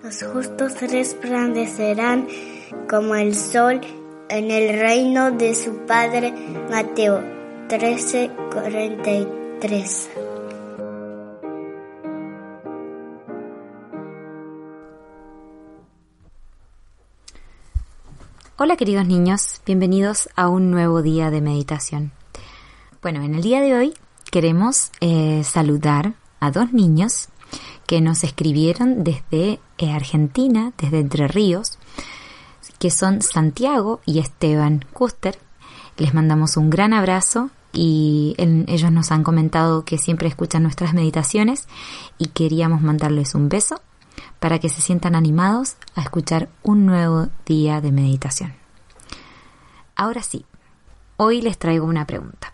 Los justos resplandecerán como el sol en el reino de su Padre. Mateo 13:43. Hola queridos niños, bienvenidos a un nuevo día de meditación. Bueno, en el día de hoy queremos saludar a dos niños que nos escribieron desde Argentina, desde Entre Ríos, que son Santiago y Esteban Custer. Les mandamos un gran abrazo y ellos nos han comentado que siempre escuchan nuestras meditaciones y queríamos mandarles un beso para que se sientan animados a escuchar un nuevo día de meditación. Ahora sí, hoy les traigo una pregunta.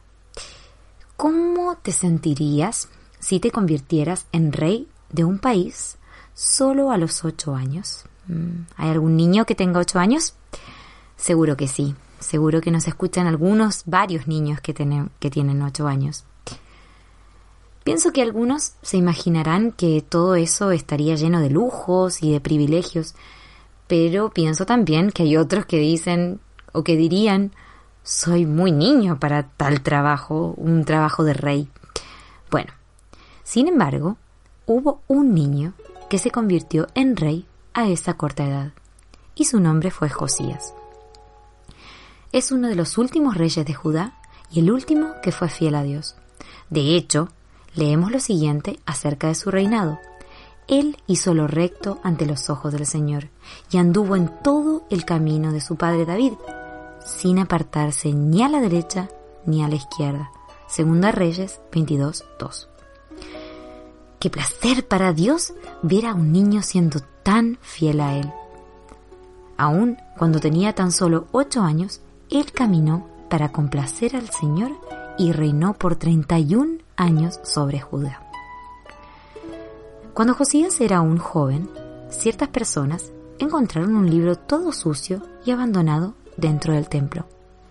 ¿Cómo te sentirías si te convirtieras en rey de un país solo a los 8 años? ¿Hay algún niño que tenga 8 años? Seguro que sí. Seguro que nos escuchan varios niños que tienen 8 años. Pienso que algunos se imaginarán que todo eso estaría lleno de lujos y de privilegios, pero pienso también que hay otros que dicen o que dirían: soy muy niño para tal trabajo, un trabajo de rey. Bueno, sin embargo, hubo un niño que se convirtió en rey a esa corta edad, y su nombre fue Josías. Es uno de los últimos reyes de Judá y el último que fue fiel a Dios. De hecho, leemos lo siguiente acerca de su reinado. Él hizo lo recto ante los ojos del Señor y anduvo en todo el camino de su padre David, sin apartarse ni a la derecha ni a la izquierda. Segunda Reyes 22:2. Qué placer para Dios ver a un niño siendo tan fiel a Él. Aún cuando tenía tan solo 8 años, Él caminó para complacer al Señor y reinó por 31 años sobre Judá. Cuando Josías era un joven, ciertas personas encontraron un libro todo sucio y abandonado dentro del templo.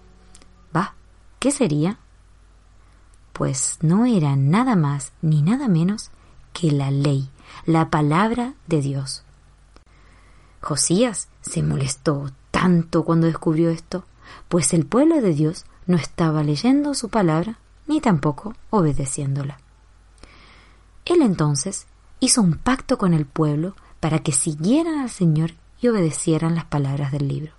¿Qué sería? Pues no era nada más ni nada menos que la ley, la palabra de Dios. Josías se molestó tanto cuando descubrió esto, pues el pueblo de Dios no estaba leyendo su palabra ni tampoco obedeciéndola. Él entonces hizo un pacto con el pueblo para que siguieran al Señor y obedecieran las palabras del libro.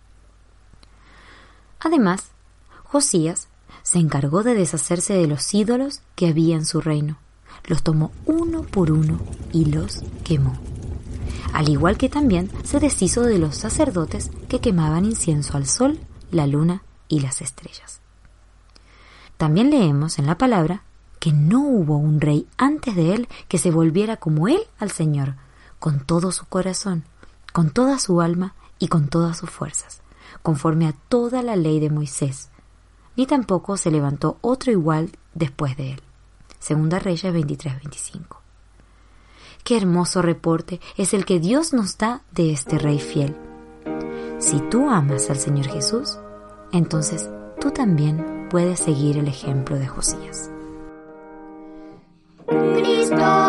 Además, Josías se encargó de deshacerse de los ídolos que había en su reino. Los tomó uno por uno y los quemó. Al igual que también se deshizo de los sacerdotes que quemaban incienso al sol, la luna y las estrellas. También leemos en la palabra que no hubo un rey antes de él que se volviera como él al Señor, con todo su corazón, con toda su alma y con todas sus fuerzas, conforme a toda la ley de Moisés. Ni tampoco se levantó otro igual después de él. Segunda Reyes 23:25. Qué hermoso reporte es el que Dios nos da de este rey fiel. Si tú amas al Señor Jesús, entonces tú también puedes seguir el ejemplo de Josías. Cristo